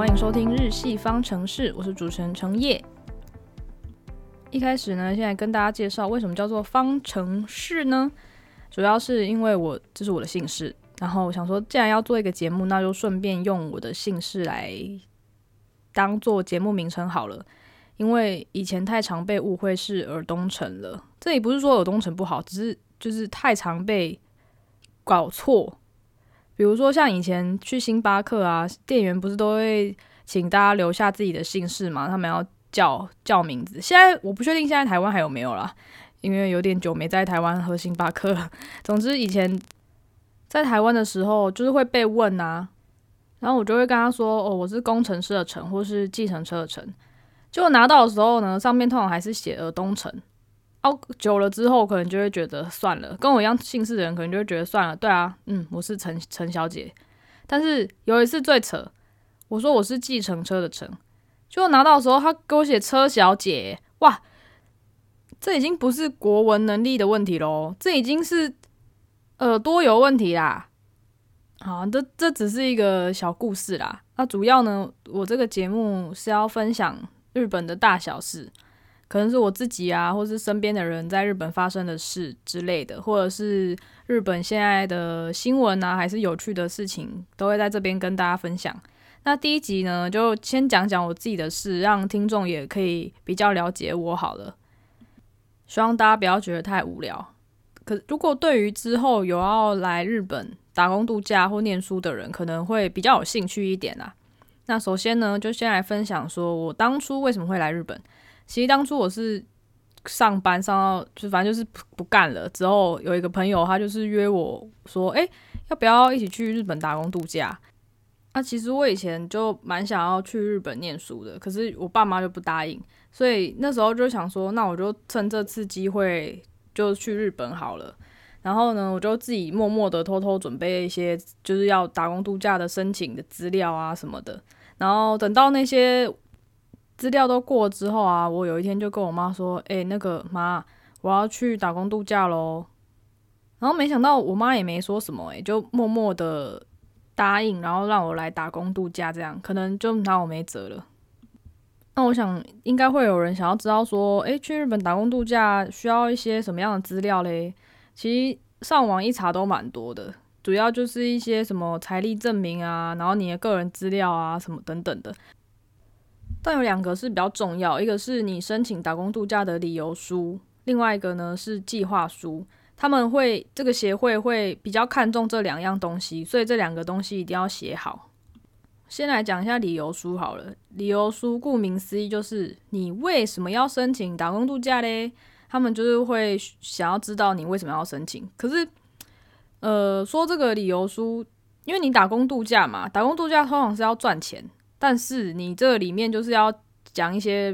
欢迎收听日系方程式，我是主持人程叶。一开始呢，现在跟大家介绍为什么叫做方程式呢？主要是因为这是我的姓氏，然后我想说，既然要做一个节目，那就顺便用我的姓氏来当做节目名称好了。因为以前太常被误会是尔东城了，这里不是说尔东城不好，只是就是太常被搞错。比如说像以前去星巴克啊，店员不是都会请大家留下自己的姓氏嘛，他们要叫名字。现在我不确定现在台湾还有没有啦，因为有点久没在台湾喝星巴克了。总之以前在台湾的时候就是会被问啊，然后我就会跟他说我是工程师的程或是计程车的程。结果拿到的时候呢，上面通常还是写尔东城。久了之后可能就会觉得算了，跟我一样姓氏的人可能就会觉得算了，对啊，我是陈小姐。但是有一次最扯，我说我是计程车的程，结果拿到的时候他给我写车小姐，哇，这已经不是国文能力的问题咯，这已经是耳朵有问题啦。好，这只是一个小故事啦。那主要呢，我这个节目是要分享日本的大小事。可能是我自己啊，或是身边的人在日本发生的事之类的，或者是日本现在的新闻啊，还是有趣的事情，都会在这边跟大家分享。那第一集呢，就先讲讲我自己的事，让听众也可以比较了解我好了。希望大家不要觉得太无聊。可如果对于之后有要来日本打工度假或念书的人，可能会比较有兴趣一点啦。那首先呢，就先来分享说我当初为什么会来日本。其实当初我是上班上到就反正就是不干了之后，有一个朋友他就是约我说要不要一起去日本打工度假。其实我以前就蛮想要去日本念书的，可是我爸妈就不答应，所以那时候就想说那我就趁这次机会就去日本好了。然后呢，我就自己默默的偷偷准备一些就是要打工度假的申请的资料啊什么的。然后等到那些资料都过了之后啊，我有一天就跟我妈说那个妈，我要去打工度假咯。然后没想到我妈也没说什么就默默的答应，然后让我来打工度假，这样可能就拿我没辙了。那我想应该会有人想要知道说去日本打工度假需要一些什么样的资料嘞？其实上网一查都蛮多的，主要就是一些什么财力证明啊，然后你的个人资料啊什么等等的。但有两个是比较重要，一个是你申请打工度假的理由书，另外一个呢是计划书。这个协会会比较看重这两样东西，所以这两个东西一定要写好。先来讲一下理由书好了。理由书顾名思义就是你为什么要申请打工度假嘞？他们就是会想要知道你为什么要申请。可是说这个理由书，因为你打工度假嘛，打工度假通常是要赚钱，但是你这里面就是要讲一些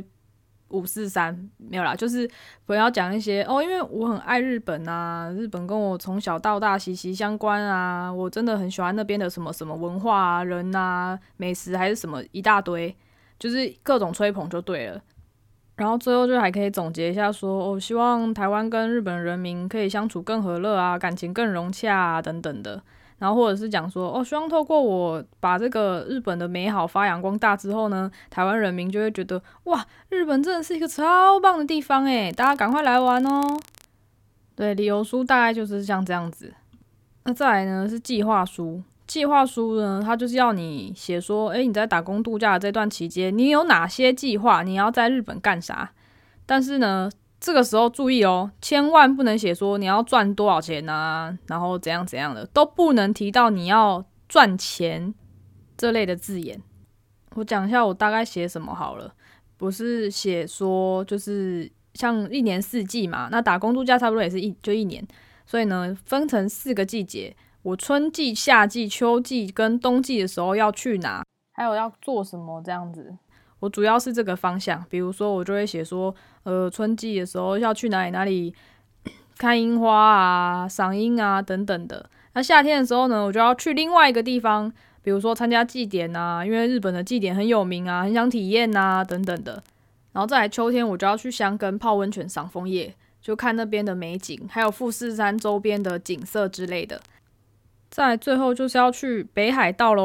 543，没有啦，就是不要讲一些因为我很爱日本啊，日本跟我从小到大息息相关啊，我真的很喜欢那边的什么什么文化啊、人啊、美食还是什么一大堆，就是各种吹捧就对了。然后最后就还可以总结一下说希望台湾跟日本人民可以相处更和乐啊，感情更融洽啊等等的。然后或者是讲说希望透过我把这个日本的美好发扬光大之后呢，台湾人民就会觉得哇，日本真的是一个超棒的地方大家赶快来玩哦。对，理由书大概就是像这样子。那再来呢是计划书。计划书呢，它就是要你写说你在打工度假的这段期间你有哪些计划，你要在日本干啥。但是呢这个时候注意千万不能写说你要赚多少钱啊，然后怎样怎样的，都不能提到你要赚钱这类的字眼。我讲一下我大概写什么好了。不是写说就是像一年四季嘛，那打工度假差不多也是就一年，所以呢分成4个季节，我春季、夏季、秋季跟冬季的时候要去哪，还有要做什么这样子。我主要是这个方向，比如说我就会写说春季的时候要去哪里看樱花啊、赏樱啊等等的。那夏天的时候呢，我就要去另外一个地方，比如说参加祭典啊，因为日本的祭典很有名啊，很想体验啊等等的。然后再来秋天我就要去箱根泡温泉赏枫叶，就看那边的美景，还有富士山周边的景色之类的。再来最后就是要去北海道咯。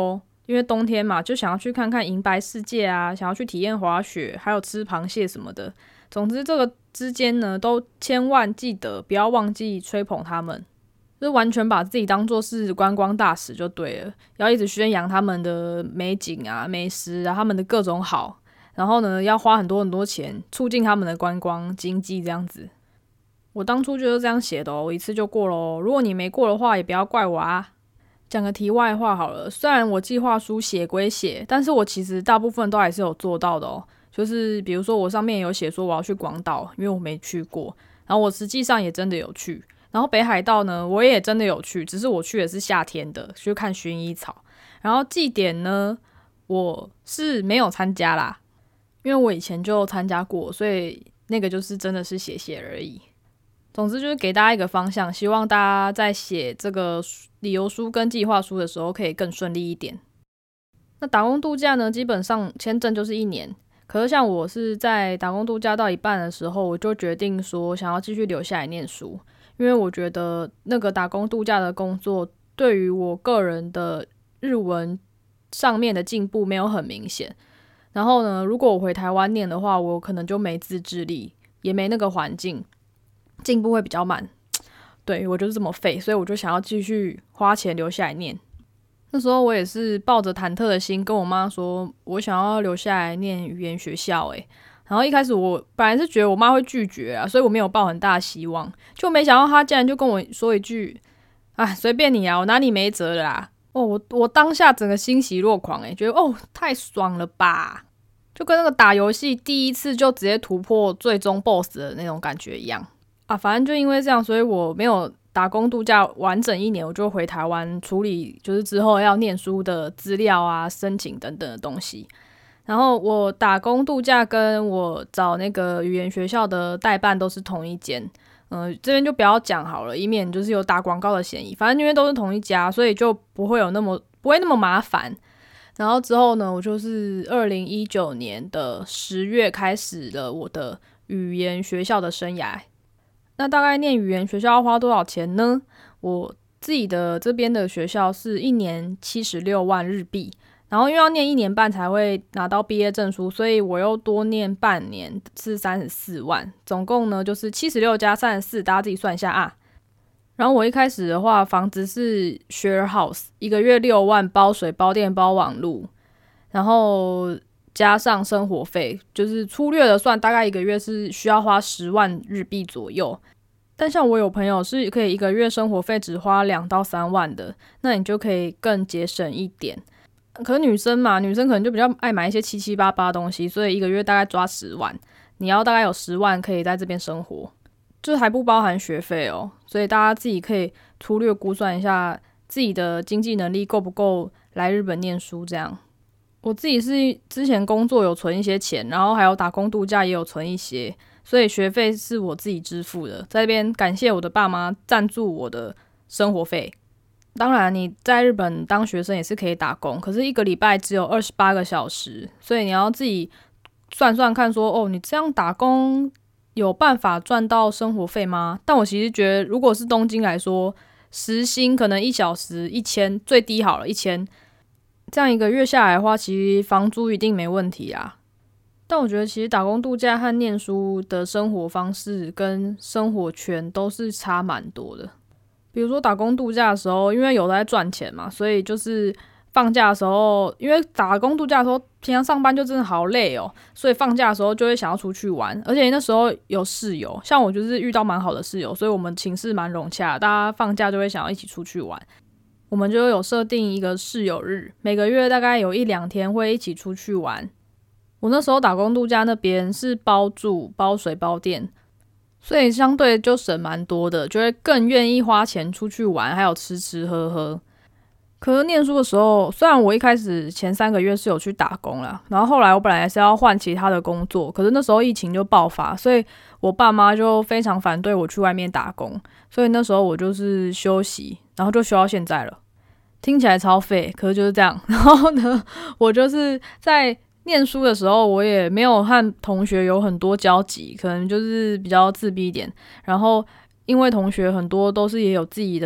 因为冬天嘛，就想要去看看银白世界啊，想要去体验滑雪，还有吃螃蟹什么的。总之这个之间呢，都千万记得不要忘记吹捧他们，就是完全把自己当作是观光大使就对了，要一直宣扬他们的美景啊、美食啊、他们的各种好，然后呢，要花很多很多钱促进他们的观光经济这样子。我当初就是这样写的哦，我一次就过咯。如果你没过的话，也不要怪我啊。讲个题外话好了，虽然我计划书写归写，但是我其实大部分都还是有做到的哦。就是比如说我上面有写说我要去广岛，因为我没去过，然后我实际上也真的有去。然后北海道呢，我也真的有去，只是我去的是夏天的，去看薰衣草。然后祭典呢，我是没有参加啦，因为我以前就参加过，所以那个就是真的是写写而已。总之就是给大家一个方向，希望大家在写这个理由书跟计划书的时候可以更顺利一点。那打工度假呢，基本上签证就是1年，可是像我是在打工度假到一半的时候，我就决定说想要继续留下来念书，因为我觉得那个打工度假的工作对于我个人的日文上面的进步没有很明显。然后呢，如果我回台湾念的话，我可能就没自制力，也没那个环境，进步会比较慢。对，我就是这么废，所以我就想要继续花钱留下来念。那时候我也是抱着忐忑的心跟我妈说，我想要留下来念语言学校欸。然后一开始我本来是觉得我妈会拒绝啊，所以我没有抱很大的希望，就没想到她竟然就跟我说一句：哎，随便你啊，我拿你没辙了啦。哦，我当下整个欣喜若狂欸，觉得哦太爽了吧，就跟那个打游戏第一次就直接突破最终 BOSS 的那种感觉一样啊。反正就因为这样，所以我没有打工度假完整1年，我就回台湾处理就是之后要念书的资料啊、申请等等的东西。然后我打工度假跟我找那个语言学校的代办都是同一间，这边就不要讲好了，以免就是有打广告的嫌疑。反正因为都是同一家，所以就不会那么麻烦。然后之后呢，我就是2019年的10月开始了我的语言学校的生涯。那大概念语言学校要花多少钱呢？我自己的这边的学校是1年76万日币，然后因为要念1年半才会拿到毕业证书，所以我又多念半年，是34万，总共呢就是76加34，大家自己算一下啊。然后我一开始的话，房子是 share house， 1个月6万，包水包电包网路，然后加上生活费，就是粗略的算，大概1个月是需要花10万日币左右。但像我有朋友是可以1个月生活费只花2到3万的，那你就可以更节省一点。可是女生嘛，女生可能就比较爱买一些七七八八的东西，所以1个月大概抓10万，你要大概有10万可以在这边生活，就是还不包含学费哦。所以大家自己可以粗略估算一下自己的经济能力够不够来日本念书这样。我自己是之前工作有存一些钱，然后还有打工度假也有存一些，所以学费是我自己支付的，在这边感谢我的爸妈赞助我的生活费。当然你在日本当学生也是可以打工，可是1个礼拜只有28个小时，所以你要自己算算看说，哦，你这样打工有办法赚到生活费吗？但我其实觉得如果是东京来说，时薪可能1小时1000，最低好了1000，这样1个月下来的话，其实房租一定没问题啊。但我觉得其实打工度假和念书的生活方式跟生活圈都是差蛮多的。比如说打工度假的时候，因为有在赚钱嘛，所以就是放假的时候，因为打工度假的时候平常上班就真的好累哦，所以放假的时候就会想要出去玩。而且那时候有室友，像我就是遇到蛮好的室友，所以我们寝室蛮融洽的，大家放假就会想要一起出去玩。我们就有设定一个室友日，每个月大概有1-2天会一起出去玩。我那时候打工度假那边是包住、包水、包电，所以相对就省蛮多的，就会更愿意花钱出去玩，还有吃吃喝喝。可是念书的时候，虽然我一开始前3个月是有去打工啦，然后后来我本来是要换其他的工作，可是那时候疫情就爆发，所以我爸妈就非常反对我去外面打工，所以那时候我就是休息，然后就休到现在了。听起来超废，可是就是这样。然后呢，我就是在念书的时候，我也没有和同学有很多交集，可能就是比较自闭一点。然后因为同学很多都是也有自己的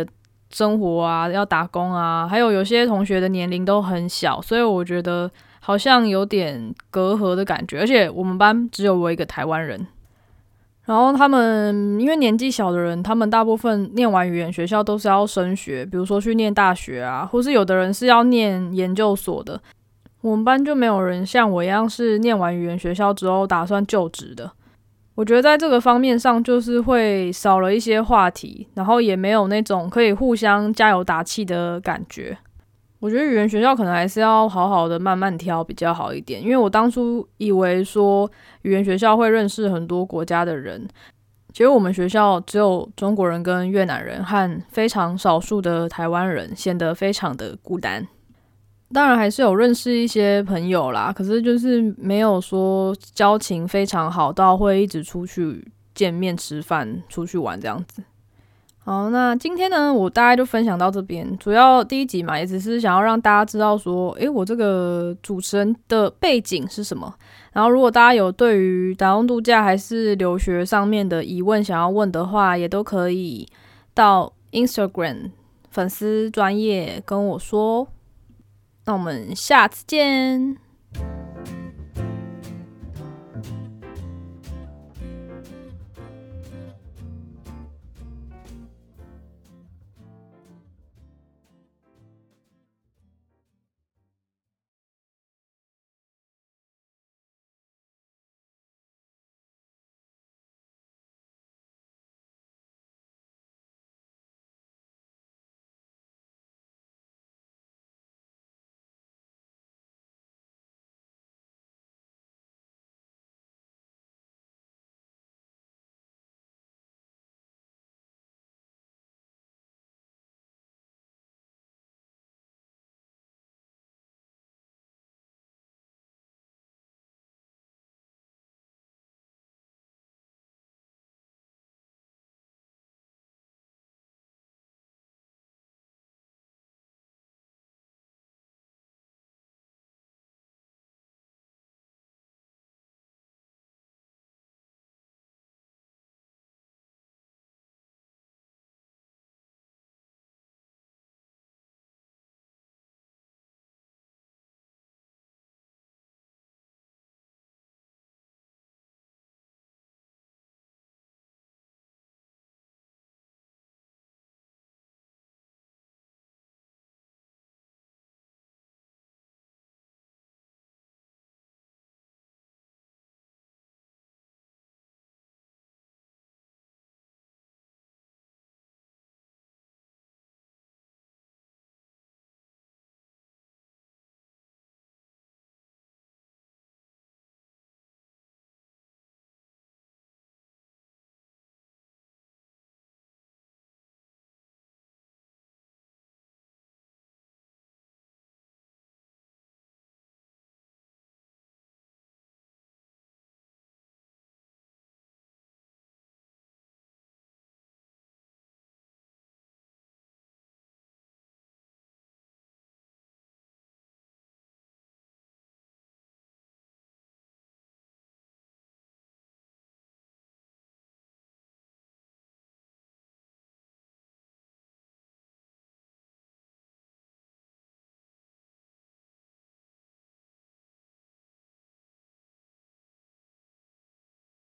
生活啊，要打工啊，还有些同学的年龄都很小，所以我觉得好像有点隔阂的感觉。而且我们班只有我一个台湾人，然后他们因为年纪小的人，他们大部分念完语言学校都是要升学，比如说去念大学啊，或是有的人是要念研究所的。我们班就没有人像我一样是念完语言学校之后打算就职的。我觉得在这个方面上，就是会少了一些话题，然后也没有那种可以互相加油打气的感觉。我觉得语言学校可能还是要好好的慢慢挑比较好一点，因为我当初以为说语言学校会认识很多国家的人，结果我们学校只有中国人跟越南人和非常少数的台湾人，显得非常的孤单。当然还是有认识一些朋友啦，可是就是没有说交情非常好到会一直出去见面吃饭、出去玩这样子。好，那今天呢，我大概就分享到这边。主要第一集嘛，也只是想要让大家知道说，我这个主持人的背景是什么。然后，如果大家有对于打工度假还是留学上面的疑问想要问的话，也都可以到 Instagram 粉丝专页跟我说。那我们下次见。